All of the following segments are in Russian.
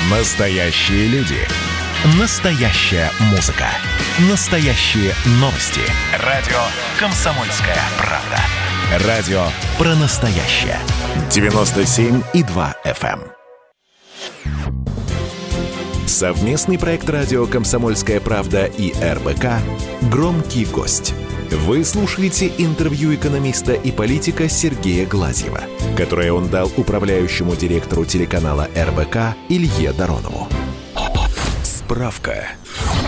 Настоящие люди. Настоящая музыка. Настоящие новости. Радио «Комсомольская правда». Радио про настоящее. 97,2 FM. Совместный проект радио «Комсомольская правда» и РБК «Громкий гость». Вы слушаете интервью экономиста и политика Сергея Глазьева, которое он дал управляющему директору телеканала РБК Илье Доронову. Справка.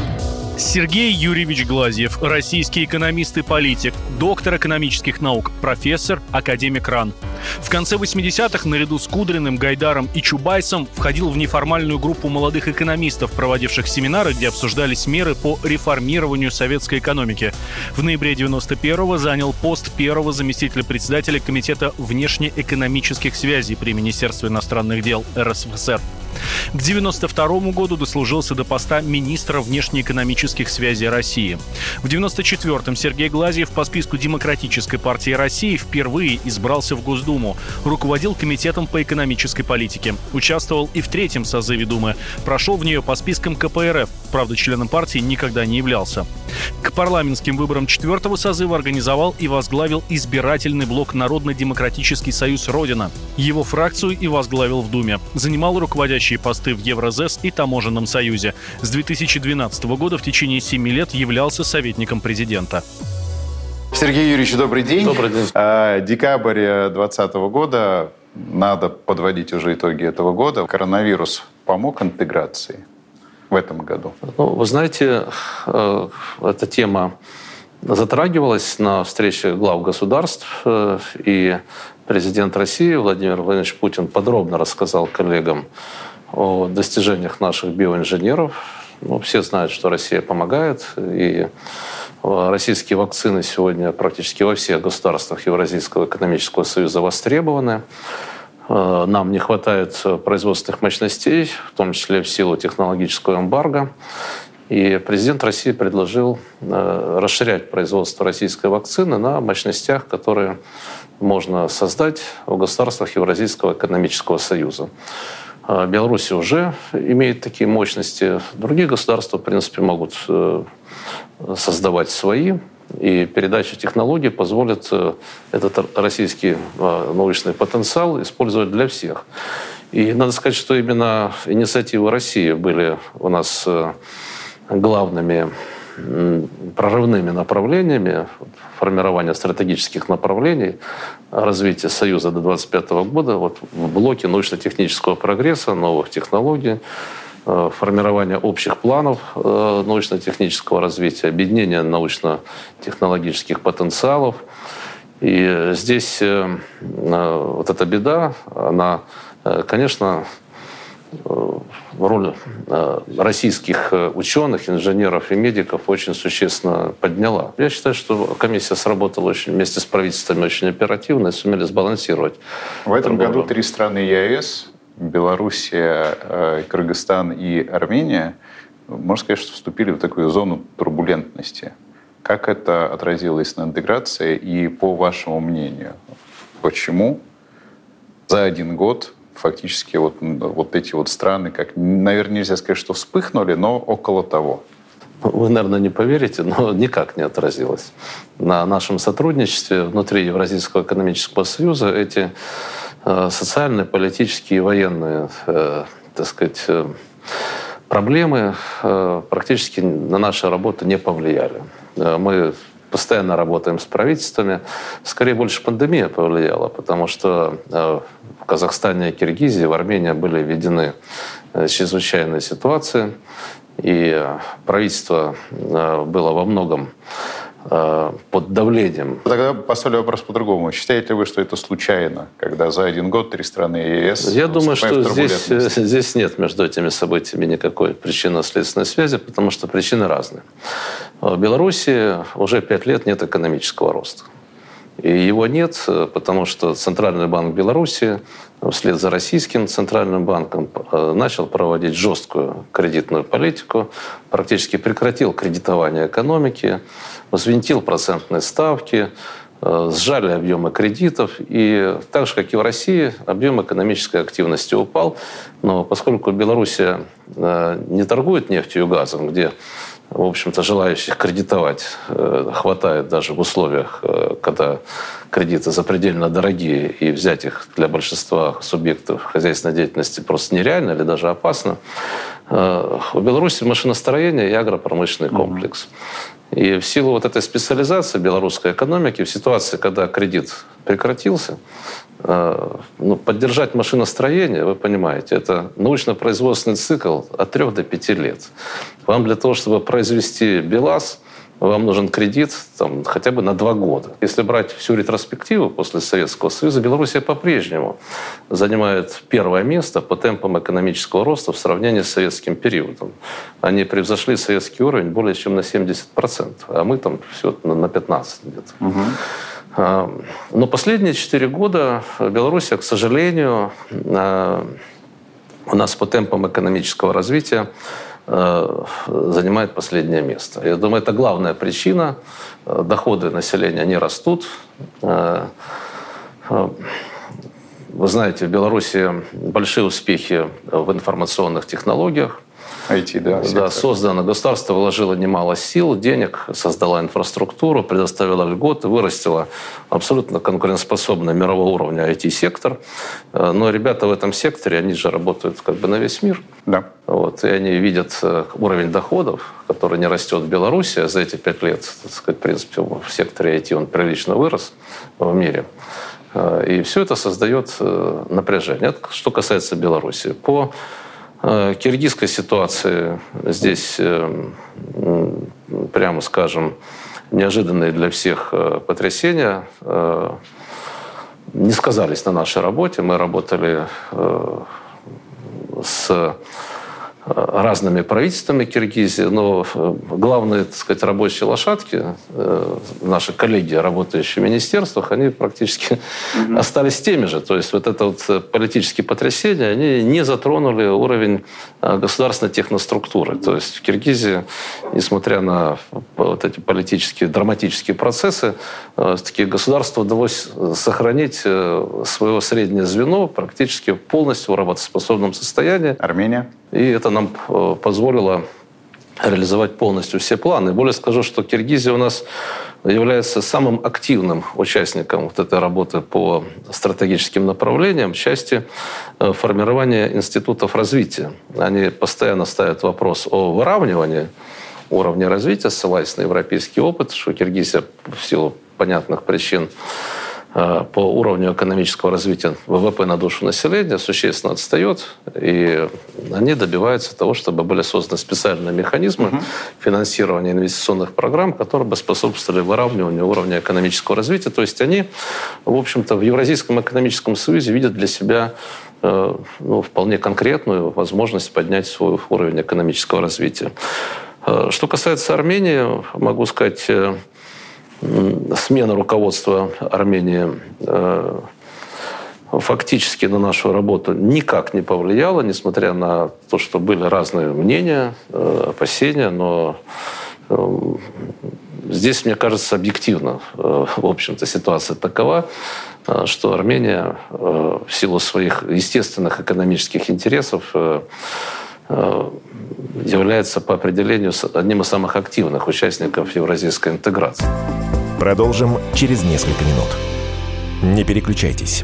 Сергей Юрьевич Глазьев, российский экономист и политик, доктор экономических наук, профессор, академик РАН. В конце 80-х наряду с Кудриным, Гайдаром и Чубайсом входил в неформальную группу молодых экономистов, проводивших семинары, где обсуждались меры по реформированию советской экономики. В ноябре 91-го занял пост первого заместителя председателя Комитета внешнеэкономических связей при Министерстве иностранных дел РСФСР. К 1992 году дослужился до поста министра внешнеэкономических связей России. В 1994-м Сергей Глазьев по списку Демократической партии России впервые избрался в Госдуму. Руководил комитетом по экономической политике. Участвовал и в третьем созыве Думы. Прошел в нее по спискам КПРФ. Правда, членом партии никогда не являлся. К парламентским выборам 4-го созыва организовал и возглавил избирательный блок Народно-демократический союз «Родина». Его фракцию и возглавил в Думе. Занимал руководящие посты в Евразэс и Таможенном союзе. С 2012 года в течение 7 лет являлся советником президента. Сергей Юрьевич, добрый день. Добрый день. Декабрь 2020 года. Надо подводить уже итоги этого года. Коронавирус помог интеграции в этом году? Вы знаете, эта тема затрагивалась на встрече глав государств, и президент России Владимир Владимирович Путин подробно рассказал коллегам о достижениях наших биоинженеров. Все знают, что Россия помогает, и российские вакцины сегодня практически во всех государствах Евразийского экономического союза востребованы. Нам не хватает производственных мощностей, в том числе в силу технологического эмбарго. И президент России предложил расширять производство российской вакцины на мощностях, которые можно создать в государствах Евразийского экономического союза. Беларусь уже имеет такие мощности. Другие государства, в принципе, могут создавать свои. И передача технологий позволит этот российский научный потенциал использовать для всех. И надо сказать, что именно инициативы России были у нас главными прорывными направлениями формирования стратегических направлений развития Союза до 2025 года в блоке научно-технического прогресса, новых технологий, формирования общих планов научно-технического развития, объединения научно-технологических потенциалов. И здесь эта беда, она, конечно, роль российских ученых, инженеров и медиков очень существенно подняла. Я считаю, что комиссия сработала вместе с правительствами очень оперативно и сумели сбалансировать. В этом году 3 страны ЕАЭС, Белоруссия, Кыргызстан и Армения, можно сказать, что вступили в такую зону турбулентности. Как это отразилось на интеграции и, по вашему мнению, почему за 1 год фактически эти страны, как, наверное, нельзя сказать, что вспыхнули, но около того? Вы, наверное, не поверите, но никак не отразилось. На нашем сотрудничестве внутри Евразийского экономического союза эти социальные, политические и военные, проблемы практически на нашу работу не повлияли. Мы постоянно работаем с правительствами. Скорее, больше пандемия повлияла, потому что в Казахстане и Киргизии, в Армении были введены чрезвычайные ситуации, и правительство было во многом под давлением. Тогда поставлю вопрос по-другому. Считаете ли вы, что это случайно, когда за 1 год 3 страны ЕС... Я думаю, что здесь нет между этими событиями никакой причинно-следственной связи, потому что причины разные. В Беларуси уже 5 лет нет экономического роста. И его нет, потому что Центральный банк Беларуси вслед за российским Центральным банком начал проводить жесткую кредитную политику, практически прекратил кредитование экономики, взвинтил процентные ставки, сжали объемы кредитов, и так же, как и в России, объем экономической активности упал. Но поскольку Белоруссия не торгует нефтью и газом, где, в общем-то, желающих кредитовать хватает даже в условиях, когда кредиты запредельно дорогие, и взять их для большинства субъектов хозяйственной деятельности просто нереально или даже опасно, у Беларуси машиностроение и агропромышленный комплекс. И в силу вот этой специализации белорусской экономики, в ситуации, когда кредит прекратился, поддержать машиностроение, вы понимаете, это научно-производственный цикл от 3 до 5 лет. Вам для того, чтобы произвести БелАЗ, вам нужен кредит хотя бы на 2 года. Если брать всю ретроспективу после Советского Союза, Белоруссия по-прежнему занимает 1 место по темпам экономического роста в сравнении с советским периодом. Они превзошли советский уровень более чем на 70%, а мы все на 15% где-то. Но последние 4 года Белоруссия, к сожалению, у нас по темпам экономического развития занимает последнее место. Я думаю, это главная причина. Доходы населения не растут. Вы знаете, в Беларуси большие успехи в информационных технологиях. IT, да, создано. Государство вложило немало сил, денег, создала инфраструктуру, предоставила льготы, вырастила абсолютно конкурентоспособный мирового уровня IT-сектор. Но ребята в этом секторе, они же работают на весь мир. Да. И они видят уровень доходов, который не растет в Беларуси, а за эти 5 лет, в принципе, в секторе IT он прилично вырос в мире. И все это создает напряжение. Это что касается Беларуси. По киргизской ситуации здесь, прямо скажем, неожиданные для всех потрясения не сказались на нашей работе. Мы работали с разными правительствами Киргизии, но главные, рабочие лошадки, наши коллеги, работающие в министерствах, они практически остались теми же. То есть политические потрясения, они не затронули уровень государственной техноструктуры. То есть в Киргизии, несмотря на эти политические, драматические процессы, государству удалось сохранить свое среднее звено практически полностью в работоспособном состоянии. Армения? И это нам позволило реализовать полностью все планы. Более скажу, что Киргизия у нас является самым активным участником этой работы по стратегическим направлениям в части формирования институтов развития. Они постоянно ставят вопрос о выравнивании уровня развития, ссылаясь на европейский опыт, что Киргизия в силу понятных причин по уровню экономического развития ВВП на душу населения существенно отстает, и они добиваются того, чтобы были созданы специальные механизмы финансирования инвестиционных программ, которые бы способствовали выравниванию уровня экономического развития. То есть они, в общем-то, в Евразийском экономическом союзе видят для себя вполне конкретную возможность поднять свой уровень экономического развития. Что касается Армении, могу сказать, смена руководства Армении фактически на нашу работу никак не повлияла, несмотря на то, что были разные мнения, опасения, но здесь, мне кажется, объективно, в общем-то, ситуация такова, что Армения в силу своих естественных экономических интересов является по определению одним из самых активных участников евразийской интеграции. Продолжим через несколько минут. Не переключайтесь.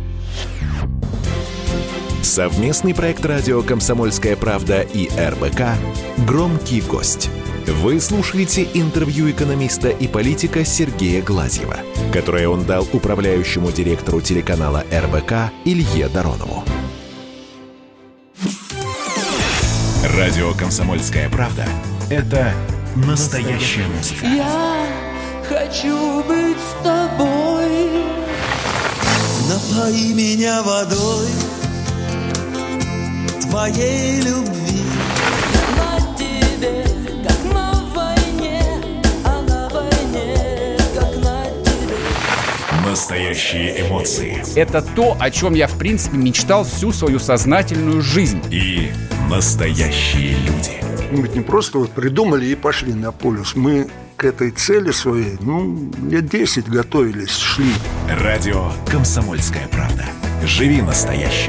Совместный проект радио «Комсомольская правда» и РБК «Громкий гость». Вы слушаете интервью экономиста и политика Сергея Глазьева, которое он дал управляющему директору телеканала РБК Илье Доронову. Радио «Комсомольская правда» — это настоящая музыка. Я хочу быть с тобой. Напои меня водой твоей любви. На тебе, как на войне, а на войне, как на тебе. Настоящие эмоции. Это то, о чем я, в принципе, мечтал всю свою сознательную жизнь. И настоящие люди. Мы ведь не просто придумали и пошли на полюс. Мы к этой цели своей, лет 10 готовились, шли. Радио «Комсомольская правда». Живи настоящим.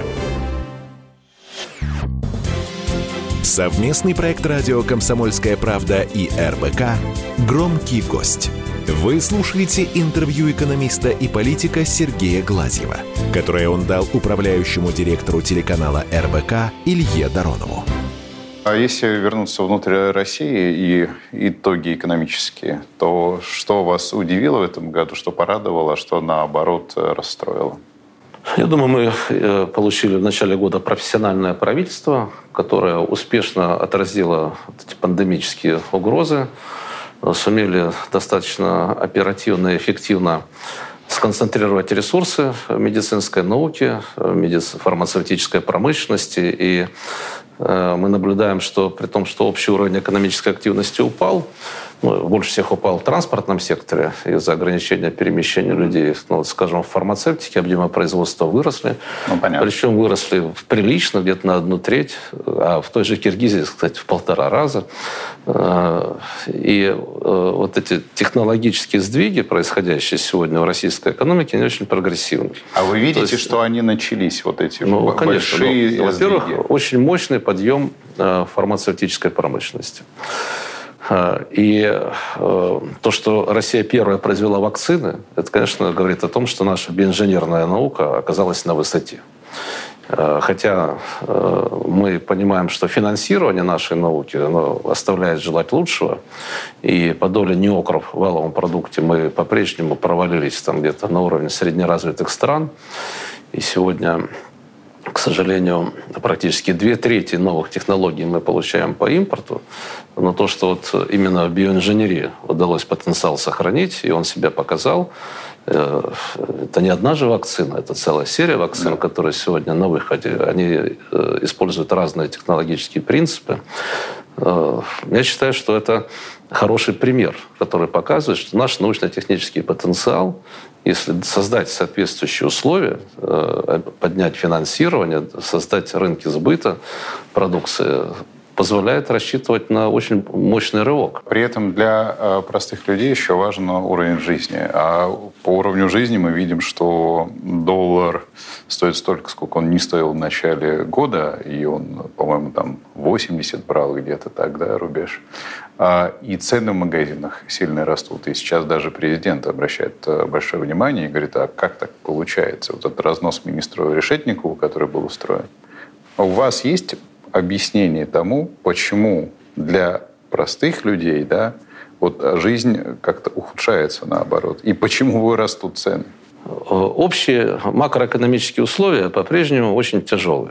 Совместный проект радио «Комсомольская правда» и РБК «Громкий гость». Вы слушаете интервью экономиста и политика Сергея Глазьева, которое он дал управляющему директору телеканала РБК Илье Доронову. А если вернуться внутрь России и итоги экономические, то что вас удивило в этом году, что порадовало, а что наоборот расстроило? Я думаю, мы получили в начале года профессиональное правительство, которое успешно отразило эти пандемические угрозы, сумели достаточно оперативно и эффективно сконцентрировать ресурсы медицинской науки, фармацевтической промышленности. И мы наблюдаем, что при том, что общий уровень экономической активности упал, больше всех упал в транспортном секторе из-за ограничения перемещения людей. Скажем, в фармацевтике объемы производства выросли. Причем выросли прилично, где-то на 1/3. А в той же Киргизии, кстати, в 1,5 раза. И вот эти технологические сдвиги, происходящие сегодня в российской экономике, они очень прогрессивны. А вы видите, что они начались, вот эти большие сдвиги? Во-первых, очень мощный подъем фармацевтической промышленности. И то, что Россия первая произвела вакцины, это, конечно, говорит о том, что наша биоинженерная наука оказалась на высоте. Хотя мы понимаем, что финансирование нашей науки оставляет желать лучшего, и по доле неокров в валовом продукте мы по-прежнему провалились там где-то на уровне среднеразвитых стран. И сегодня, к сожалению, практически 2/3 новых технологий мы получаем по импорту. Но то, что вот именно в биоинженерии удалось потенциал сохранить, и он себя показал, это не одна же вакцина, это целая серия вакцин, которые сегодня на выходе. Они используют разные технологические принципы. Я считаю, что это хороший пример, который показывает, что наш научно-технический потенциал, если создать соответствующие условия, поднять финансирование, создать рынки сбыта продукции, позволяет рассчитывать на очень мощный рывок. При этом для простых людей еще важен уровень жизни. А по уровню жизни мы видим, что доллар стоит столько, сколько он не стоил в начале года, и он, по-моему, там 80 брал где-то так, да, рубеж. И цены в магазинах сильно растут. И сейчас даже президент обращает большое внимание и говорит, а как так получается? Вот этот разнос министру Решетникову, который был устроен. У вас есть объяснение тому, почему для простых людей, да, вот жизнь как-то ухудшается наоборот, и почему растут цены? Общие макроэкономические условия по-прежнему очень тяжелые.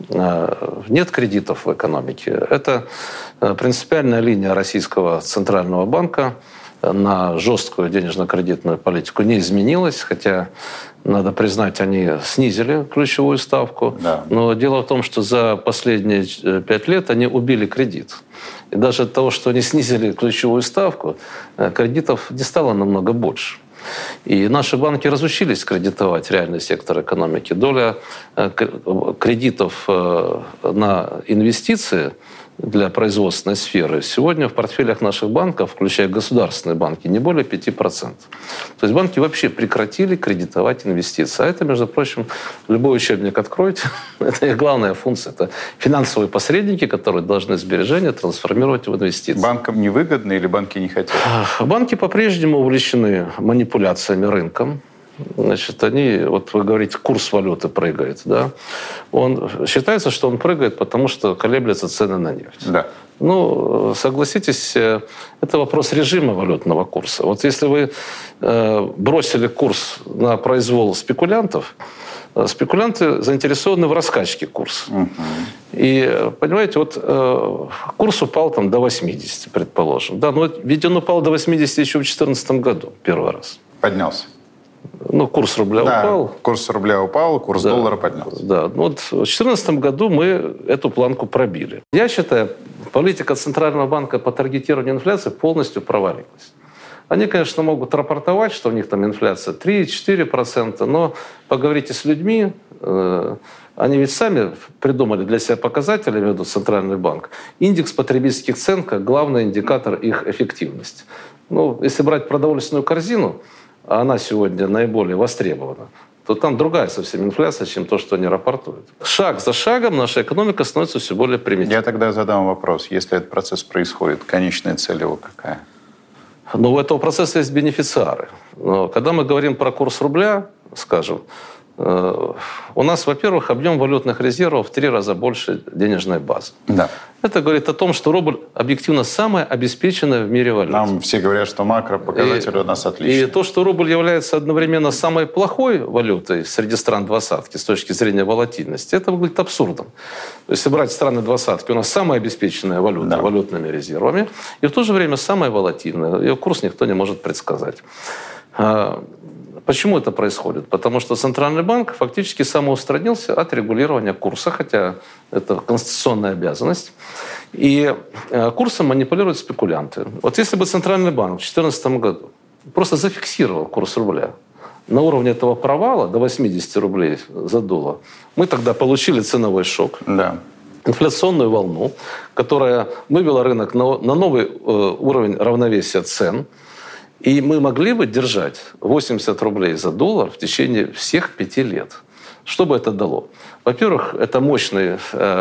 Нет кредитов в экономике. Это принципиальная линия Российского Центрального банка на жесткую денежно-кредитную политику не изменилась, хотя, надо признать, они снизили ключевую ставку. Да. Но дело в том, что за последние 5 лет они убили кредит. И даже от того, что они снизили ключевую ставку, кредитов не стало намного больше. И наши банки разучились кредитовать реальный сектор экономики. Доля кредитов на инвестиции для производственной сферы сегодня в портфелях наших банков, включая государственные банки, не более 5%. То есть банки вообще прекратили кредитовать инвестиции. А это, между прочим, любой учебник откройте, это их главная функция. Это финансовые посредники, которые должны сбережения трансформировать в инвестиции. Банкам невыгодно или банки не хотят? Банки по-прежнему увлечены манипуляциями рынком. Значит, вот вы говорите, курс валюты прыгает, да? Считается, что он прыгает, потому что колеблются цены на нефть. Да. Согласитесь, это вопрос режима валютного курса. Вот если вы бросили курс на произвол спекулянтов, спекулянты заинтересованы в раскачке курса. Угу. И, понимаете, вот курс упал там до 80, предположим. Да, но ведь он упал до 80 еще в 2014 году, первый раз. Поднялся. Курс рубля упал. Курс рубля упал, курс доллара поднялся. Да. Вот в 2014 году мы эту планку пробили. Я считаю, политика Центрального банка по таргетированию инфляции полностью провалилась. Они, конечно, могут рапортовать, что у них там инфляция 3-4%, но поговорите с людьми, Они ведь сами придумали для себя показатели, я имею в виду Центральный банк. Индекс потребительских цен как главный индикатор их эффективности. Ну, если брать продовольственную корзину, а она сегодня наиболее востребована, то там другая совсем инфляция, чем то, что они рапортуют. Шаг за шагом наша экономика становится все более примитивной. Я тогда задам вопрос. Если этот процесс происходит, конечная цель его какая? Но у этого процесса есть бенефициары. Но когда мы говорим про курс рубля, скажем, у нас, во-первых, объем валютных резервов в 3 раза больше денежной базы. Да. Это говорит о том, что рубль объективно самая обеспеченная в мире валюта. Нам все говорят, что макропоказатели у нас отличные. И то, что рубль является одновременно самой плохой валютой среди стран двадцатки с точки зрения волатильности, это выглядит абсурдом. Если брать страны двадцатки, у нас самая обеспеченная валюта валютными резервами, и в то же время самая волатильная. Ее курс никто не может предсказать. Почему это происходит? Потому что Центральный банк фактически самоустранился от регулирования курса, хотя это конституционная обязанность. И курсом манипулируют спекулянты. Вот если бы Центральный банк в 2014 году просто зафиксировал курс рубля на уровне этого провала до 80 рублей за доллар, мы тогда получили ценовой шок. Да. Инфляционную волну, которая вывела рынок на новый уровень равновесия цен. И мы могли бы держать 80 рублей за доллар в течение всех 5 лет. Что бы это дало? Во-первых, это мощный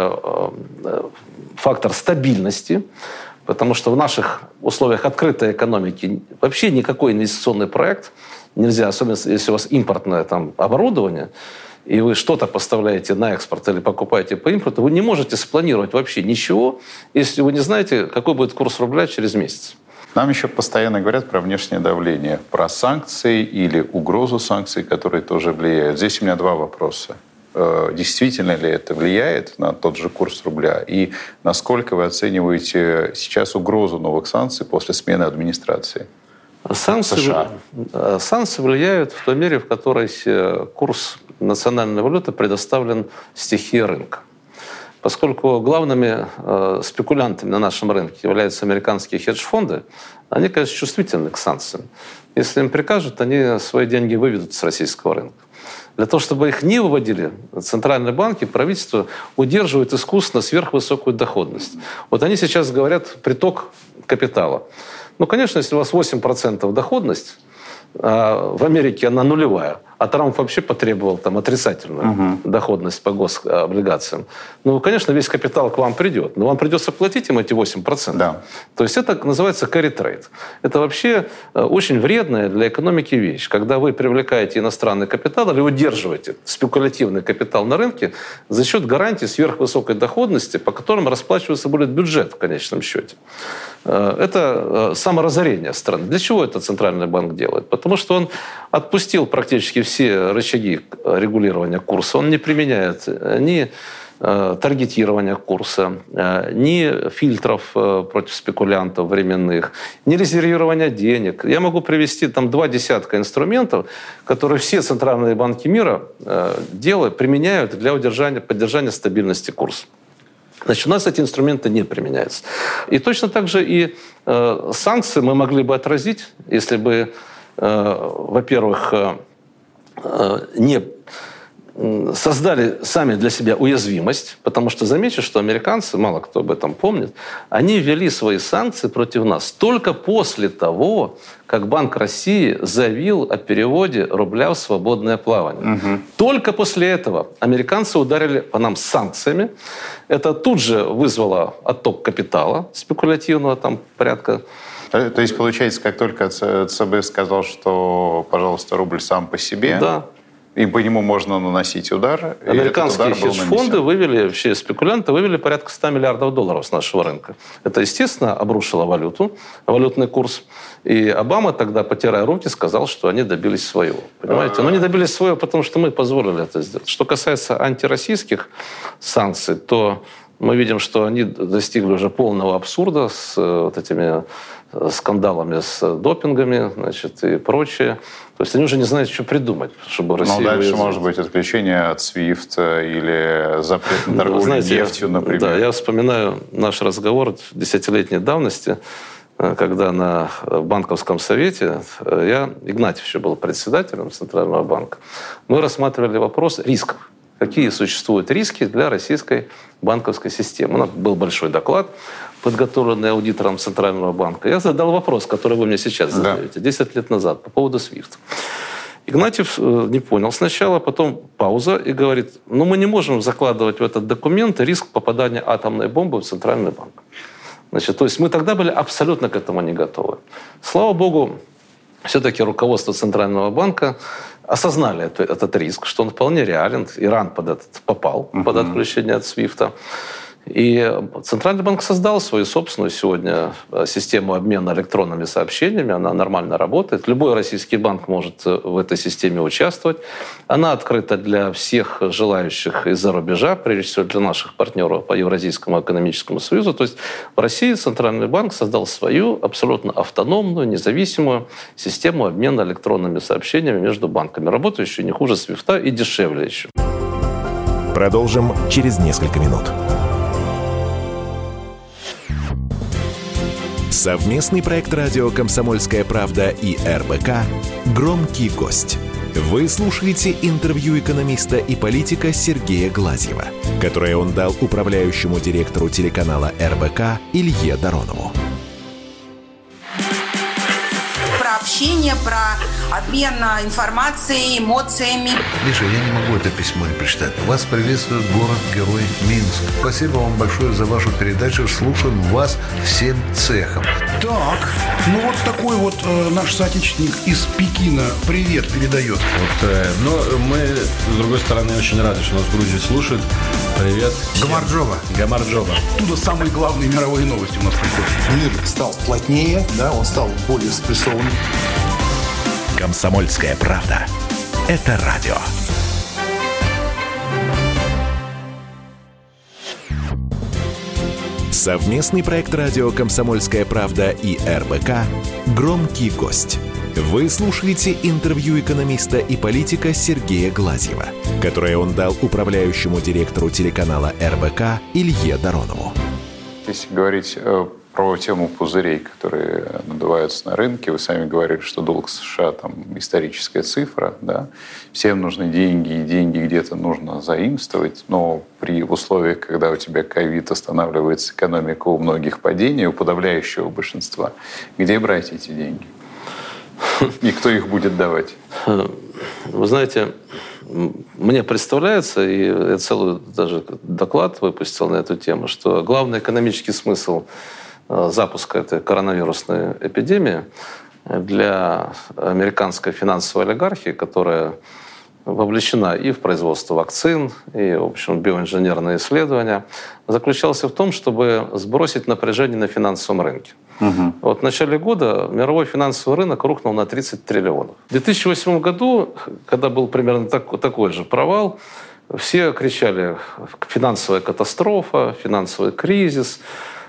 фактор стабильности, потому что в наших условиях открытой экономики вообще никакой инвестиционный проект нельзя, особенно если у вас импортное там оборудование, и вы что-то поставляете на экспорт или покупаете по импорту, вы не можете спланировать вообще ничего, если вы не знаете, какой будет курс рубля через месяц. Нам еще постоянно говорят про внешнее давление, про санкции или угрозу санкций, которые тоже влияют. Здесь у меня 2 вопроса. Действительно ли это влияет на тот же курс рубля? И насколько вы оцениваете сейчас угрозу новых санкций после смены администрации? Санкции влияют в той мере, в которой курс национальной валюты предоставлен стихии рынка. Поскольку главными спекулянтами на нашем рынке являются американские хедж-фонды, они, конечно, чувствительны к санкциям. Если им прикажут, они свои деньги выведут с российского рынка. Для того, чтобы их не выводили, центральные банки, правительство удерживают искусственно сверхвысокую доходность. Вот они сейчас говорят приток капитала. Ну, конечно, если у вас 8% доходность, а в Америке она нулевая, а Трамп вообще потребовал там отрицательную доходность по гособлигациям. Ну, конечно, весь капитал к вам придет, но вам придется платить им эти 8%. Да. То есть это называется carry trade. Это вообще очень вредная для экономики вещь. Когда вы привлекаете иностранный капитал или удерживаете спекулятивный капитал на рынке за счет гарантии сверхвысокой доходности, по которым расплачиваться будет бюджет в конечном счете. Это саморазорение страны. Для чего это Центральный банк делает? Потому что он отпустил практически все рычаги регулирования курса. Он не применяет ни таргетирования курса, ни фильтров против спекулянтов временных, ни резервирования денег. Я могу привести там 2 десятка инструментов, которые все центральные банки мира применяют для поддержания стабильности курса. Значит, у нас эти инструменты не применяются. И точно так же и санкции мы могли бы отразить, если бы, во-первых, не создали сами для себя уязвимость, потому что замечу, что американцы, мало кто об этом помнит, они ввели свои санкции против нас только после того, как Банк России заявил о переводе рубля в свободное плавание. Только после этого американцы ударили по нам санкциями. Это тут же вызвало отток капитала спекулятивного, там порядка. То есть, получается, как только ЦБ сказал, что, пожалуйста, рубль сам по себе, да, и по нему можно наносить удар. Американские хедж-фонды вывели, вообще спекулянты вывели порядка $100 миллиардов с нашего рынка. Это, естественно, обрушило валютный курс. И Обама тогда, потирая руки, сказал, что они добились своего. Понимаете? Но не добились своего, потому что мы позволили это сделать. Что касается антироссийских санкций, то мы видим, что они достигли уже полного абсурда с вот этими скандалами с допингами, значит, и прочее. То есть они уже не знают, что придумать, чтобы Россия... Но дальше может быть отключение от SWIFT или запрет на торговлю нефтью, например. Да, я вспоминаю наш разговор 10-летней давности, когда на банковском совете, Игнатьев еще был председателем Центрального банка, мы рассматривали вопрос рисков. какие существуют риски для российской банковской системы. Был большой доклад, подготовленный аудитором Центрального банка. Я задал вопрос, который вы мне сейчас задаете, 10 лет назад, по поводу SWIFT. Игнатьев не понял сначала, потом пауза и говорит, мы не можем закладывать в этот документ риск попадания атомной бомбы в Центральный банк. То есть мы тогда были абсолютно к этому не готовы. Слава богу, все-таки руководство Центрального банка осознали этот риск, что он вполне реален. Иран попал под отключение от SWIFT. И Центральный банк создал свою собственную сегодня систему обмена электронными сообщениями. Она нормально работает. Любой российский банк может в этой системе участвовать. Она открыта для всех желающих из-за рубежа, прежде всего для наших партнеров по Евразийскому экономическому союзу. То есть в России Центральный банк создал свою абсолютно автономную, независимую систему обмена электронными сообщениями между банками, работающую не хуже SWIFT и дешевле еще. Продолжим через несколько минут. Совместный проект радио «Комсомольская правда» и РБК «Громкий гость». Вы слушаете интервью экономиста и политика Сергея Глазьева, которое он дал управляющему директору телеканала РБК Илье Доронову. Про общение, про обмен информацией, эмоциями. Миша, я не могу это письмо не прочитать. Вас приветствует город-герой Минск. Спасибо вам большое за вашу передачу. Слушаем вас всем цехом. Так, вот такой вот наш соотечественник из Пекина привет передает. Но мы, с другой стороны, очень рады, что нас в Грузии слушают. Привет. Гамарджоба. Оттуда самые главные мировые новости у нас приходят. Мир стал плотнее, он стал более спрессованным. «Комсомольская правда». Это радио. Совместный проект радио «Комсомольская правда» и РБК «Громкий гость». Вы слушаете интервью экономиста и политика Сергея Глазьева, которое он дал управляющему директору телеканала РБК Илье Доронову. Если говорить про тему пузырей, которые надуваются на рынке, вы сами говорили, что долг США там историческая цифра, да? Всем нужны деньги, и деньги где-то нужно заимствовать, но при условиях, когда у тебя ковид, останавливается экономика, у многих падение, у подавляющего большинства, где брать эти деньги? И кто их будет давать? Вы знаете, мне представляется, и я целый даже доклад выпустил на эту тему, что главный экономический смысл запуска этой коронавирусной эпидемии для американской финансовой олигархии, которая вовлечена и в производство вакцин, и, в общем, биоинженерные исследования, заключался в том, чтобы сбросить напряжение на финансовом рынке. В начале года мировой финансовый рынок рухнул на 30 триллионов. В 2008 году, когда был примерно такой же провал, все кричали «финансовая катастрофа», «финансовый кризис»,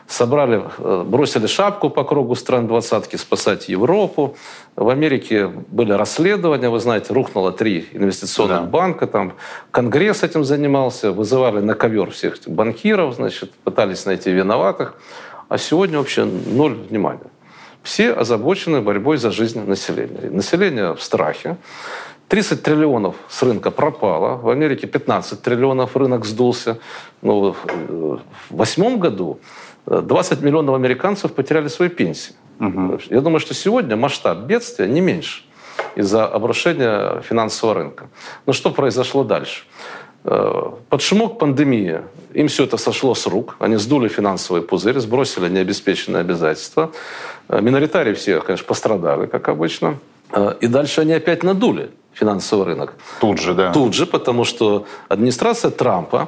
бросили шапку по кругу стран двадцатки спасать Европу. В Америке были расследования, вы знаете, рухнуло 3 инвестиционных банка, там Конгресс этим занимался, вызывали на ковер всех банкиров, пытались найти виноватых. А сегодня вообще 0 внимания. Все озабочены борьбой за жизнь населения. Население в страхе. 30 триллионов с рынка пропало. В Америке 15 триллионов рынок сдулся. В 2008 году 20 миллионов американцев потеряли свои пенсии. Я думаю, что сегодня масштаб бедствия не меньше из-за обрушения финансового рынка. Но что произошло дальше? Под шумок пандемии им все это сошло с рук. Они сдули финансовый пузырь, сбросили необеспеченные обязательства. Миноритарии все, конечно, пострадали, как обычно. И дальше они опять надули финансовый рынок. Тут же, да. Тут же, потому что администрация Трампа,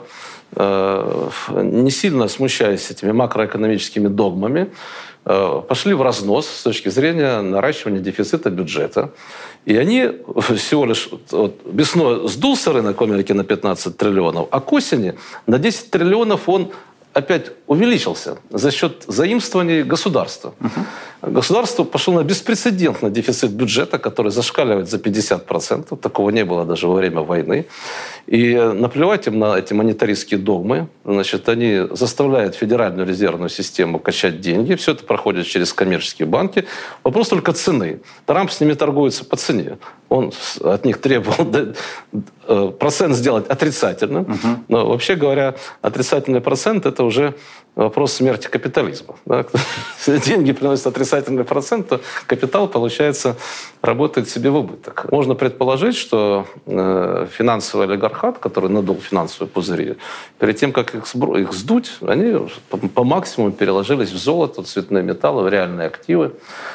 не сильно смущаясь этими макроэкономическими догмами, пошли в разнос с точки зрения наращивания дефицита бюджета. И они всего лишь... весной сдулся рынок в Америке на 15 триллионов, а к осени на 10 триллионов он опять увеличился за счет заимствований государства. Государство пошло на беспрецедентный дефицит бюджета, который зашкаливает за 50%. Такого не было даже во время войны. И наплевать им на эти монетаристские догмы. Значит, они заставляют Федеральную резервную систему качать деньги. Все это проходит через коммерческие банки. Вопрос только цены. Трамп с ними торгуется по цене. Он от них требовал процент сделать отрицательным. Но вообще говоря, отрицательный процент – это уже вопрос смерти капитализма. Да? Если деньги приносят отрицательный процент, то капитал, получается, работает себе в убыток. Можно предположить, что финансовый олигархат, который надул финансовые пузыри, перед тем, как их сдуть, они по максимуму переложились в золото, цветные металлы, в реальные активы.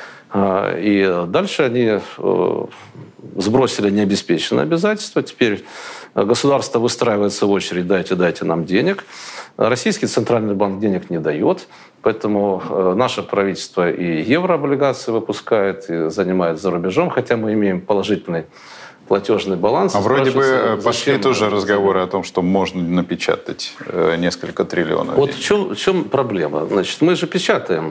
И дальше они сбросили необеспеченные обязательства. Теперь государство выстраивается в очередь: дайте нам денег. Российский центральный банк денег не дает, поэтому наше правительство и еврооблигации выпускает, и занимает за рубежом, хотя мы имеем положительный платежный баланс. А вроде бы пошли тоже разговоры о том, что можно напечатать несколько триллионов. Вот в чем проблема? Значит, мы же печатаем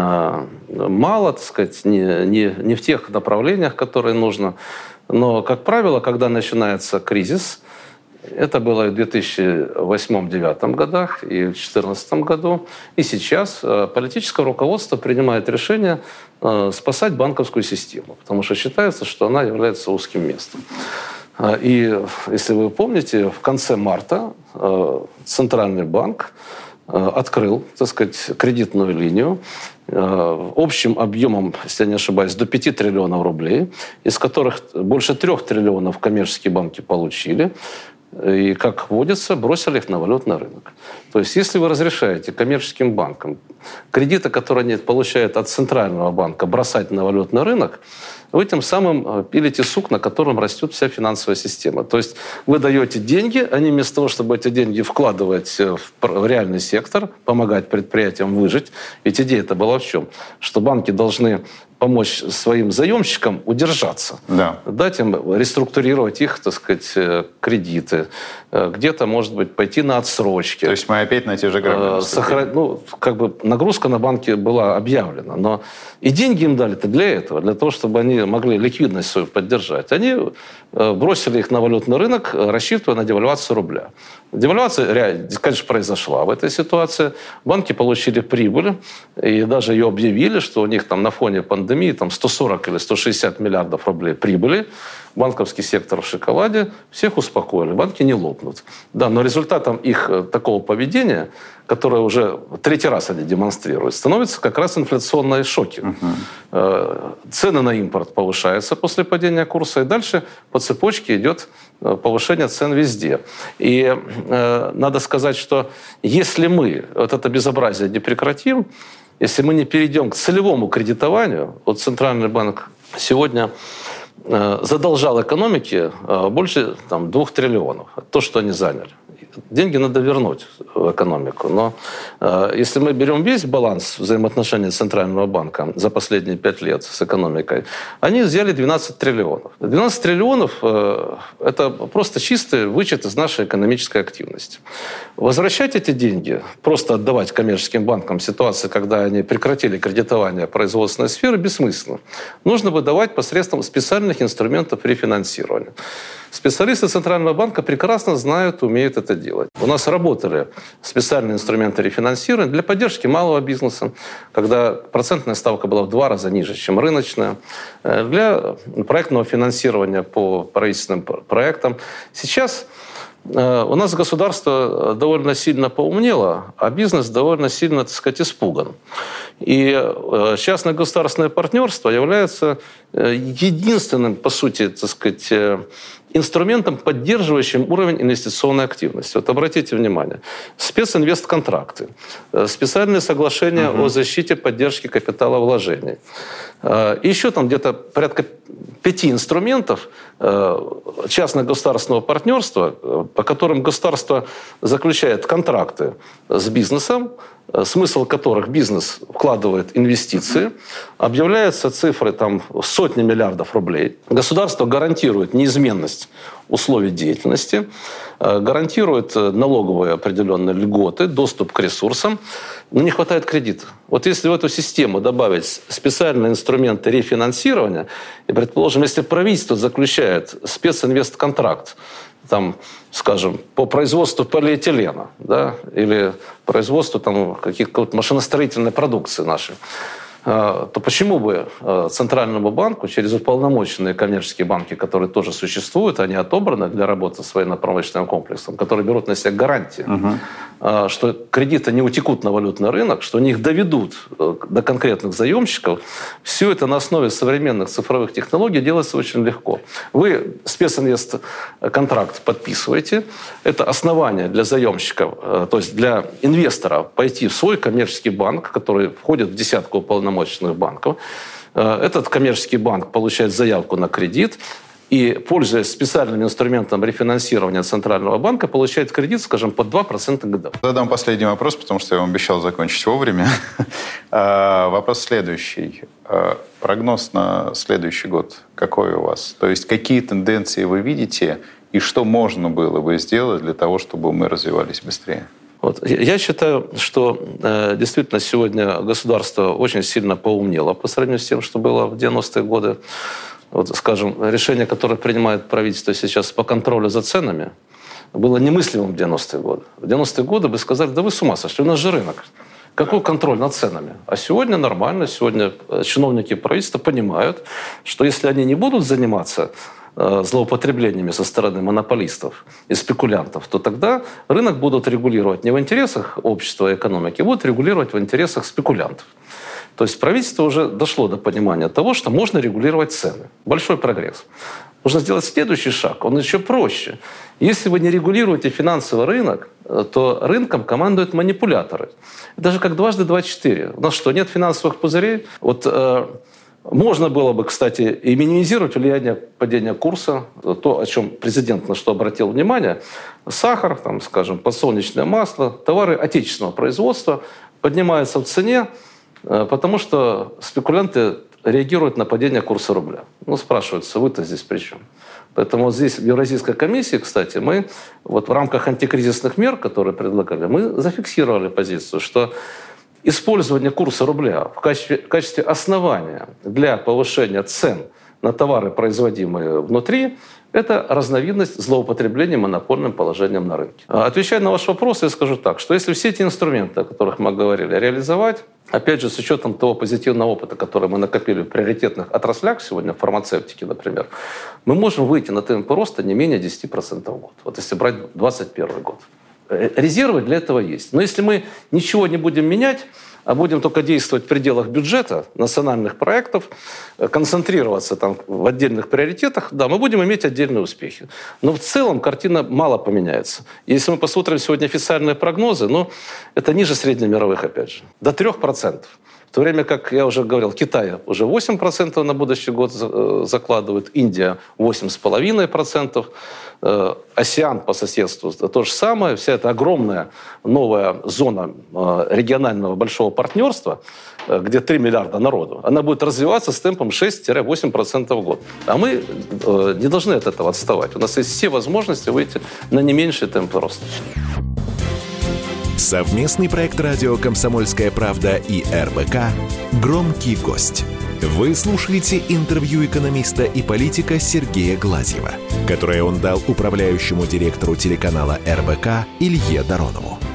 мало, так сказать, не в тех направлениях, которые нужно. Но, как правило, когда начинается кризис, это было и в 2008-2009 годах, и в 2014 году, и сейчас политическое руководство принимает решение спасать банковскую систему, потому что считается, что она является узким местом. И, если вы помните, в конце марта Центральный банк открыл, так сказать, кредитную линию общим объемом, если я не ошибаюсь, до 5 триллионов рублей, из которых больше 3 триллионов коммерческие банки получили, и, как водится, бросили их на валютный рынок. То есть, если вы разрешаете коммерческим банкам кредиты, которые они получают от Центрального банка, бросать на валютный рынок, вы тем самым пилите сук, на котором растет вся финансовая система. То есть вы даете деньги, они вместо того, чтобы эти деньги вкладывать в реальный сектор, помогать предприятиям выжить, ведь идея-то была в чем? Что банки должны помочь своим заемщикам удержаться, дать им реструктурировать их, так сказать, кредиты, где-то, может быть, пойти на отсрочки. То есть мы опять на те же грабли. Нагрузка на банки была объявлена, но и деньги им дали-то для этого, для того, чтобы они могли ликвидность свою поддержать. Они бросили их на валютный рынок, рассчитывая на девальвацию рубля. Девальвация, конечно, произошла в этой ситуации. Банки получили прибыль, и даже ее объявили, что у них там на фоне пандемии там 140 или 160 миллиардов рублей прибыли. Банковский сектор в шоколаде, всех успокоили, банки не лопнут. Да, но результатом их такого поведения, которое уже третий раз они демонстрируют, становятся как раз инфляционные шоки. Цены на импорт повышаются после падения курса, и дальше по цепочке идет повышение цен везде. И надо сказать, что если мы вот это безобразие не прекратим, если мы не перейдем к целевому кредитованию, вот Центральный банк сегодня задолжал экономике больше 2 триллионов. То, что они заняли. Деньги надо вернуть в экономику. Но если мы берем весь баланс взаимоотношений Центрального банка за последние 5 лет с экономикой, они взяли 12 триллионов. 12 триллионов – это просто чистый вычет из нашей экономической активности. Возвращать эти деньги, просто отдавать коммерческим банкам в ситуации, когда они прекратили кредитование производственной сферы, бессмысленно. Нужно выдавать посредством специальных инструментов рефинансирования. Специалисты Центрального банка прекрасно знают, умеют это делать. У нас работали специальные инструменты рефинансирования для поддержки малого бизнеса, когда процентная ставка была в 2 раза ниже, чем рыночная, для проектного финансирования по правительственным проектам. Сейчас у нас государство довольно сильно поумнело, а бизнес довольно сильно, так сказать, испуган. И частно-государственное партнерство является единственным, по сути, так сказать, инструментом, поддерживающим уровень инвестиционной активности. Вот обратите внимание. Специнвестконтракты, специальные соглашения о защите поддержки капиталовложений. Еще там где-то порядка 5 инструментов частно-государственного партнерства, по которым государство заключает контракты с бизнесом, смысл которых бизнес вкладывает инвестиции, объявляются цифры там, сотни миллиардов рублей. Государство гарантирует неизменность условий деятельности, гарантирует налоговые определенные льготы, доступ к ресурсам, но не хватает кредита. Вот если в эту систему добавить специальные инструменты рефинансирования, и, предположим, если правительство заключает специнвестконтракт, там, скажем, по производству полиэтилена, да, или производству там, какой-то машиностроительной продукции нашей, то почему бы Центральному банку через уполномоченные коммерческие банки, которые тоже существуют, они отобраны для работы с военно-промышленным комплексом, которые берут на себя гарантии, что кредиты не утекут на валютный рынок, что они их доведут до конкретных заемщиков. Все это на основе современных цифровых технологий делается очень легко. Вы специнвестконтракт подписываете, это основание для заемщиков, то есть для инвестора пойти в свой коммерческий банк, который входит в десятку уполномоченных банков. Этот коммерческий банк получает заявку на кредит и, пользуясь специальным инструментом рефинансирования Центрального банка, получает кредит, скажем, под 2% годовых. Задам последний вопрос, потому что я вам обещал закончить вовремя. Вопрос следующий. Прогноз на следующий год какой у вас? То есть какие тенденции вы видите и что можно было бы сделать для того, чтобы мы развивались быстрее? Вот. Я считаю, что действительно сегодня государство очень сильно поумнело по сравнению с тем, что было в 90-е годы. Вот, скажем, решение, которое принимает правительство сейчас по контролю за ценами, было немыслимым в 90-е годы. В 90-е годы бы сказали, да вы с ума сошли, у нас же рынок. Какой контроль над ценами? А сегодня нормально, сегодня чиновники правительства понимают, что если они не будут заниматься злоупотреблениями со стороны монополистов и спекулянтов, то тогда рынок будут регулировать не в интересах общества и экономики, а будут регулировать в интересах спекулянтов. То есть правительство уже дошло до понимания того, что можно регулировать цены. Большой прогресс. Нужно сделать следующий шаг, он еще проще. Если вы не регулируете финансовый рынок, то рынком командуют манипуляторы. Даже как дважды 2-4. У нас что, нет финансовых пузырей? Вот можно было бы, кстати, и минимизировать влияние падения курса, то, о чем президент на что обратил внимание. Сахар, там, скажем, подсолнечное масло, товары отечественного производства поднимаются в цене, потому что спекулянты реагируют на падение курса рубля. Ну, спрашиваются, вы-то здесь при чем? Поэтому вот здесь в Евразийской комиссии, кстати, мы вот в рамках антикризисных мер, которые предлагали, мы зафиксировали позицию, что использование курса рубля в качестве основания для повышения цен на товары, производимые внутри, это разновидность злоупотребления монопольным положением на рынке. Отвечая на ваш вопрос, я скажу так, что если все эти инструменты, о которых мы говорили, реализовать, опять же, с учетом того позитивного опыта, который мы накопили в приоритетных отраслях сегодня, в фармацевтике, например, мы можем выйти на темпы роста не менее 10% в год. Вот если брать 2021 год. Резервы для этого есть. Но если мы ничего не будем менять, а будем только действовать в пределах бюджета, национальных проектов, концентрироваться там в отдельных приоритетах, да, мы будем иметь отдельные успехи. Но в целом картина мало поменяется. Если мы посмотрим сегодня официальные прогнозы, ну, это ниже среднемировых, опять же, до 3%. В то время, как я уже говорил, Китай уже 8% на будущий год закладывает, Индия 8,5%, АСЕАН по соседству то же самое. Вся эта огромная новая зона регионального большого партнерства, где 3 миллиарда народу, она будет развиваться с темпом 6-8% в год. А мы не должны от этого отставать. У нас есть все возможности выйти на не меньший темп роста. Совместный проект радио «Комсомольская правда» и РБК «Громкий гость». Вы слушаете интервью экономиста и политика Сергея Глазьева, которое он дал управляющему директору телеканала РБК Илье Доронову.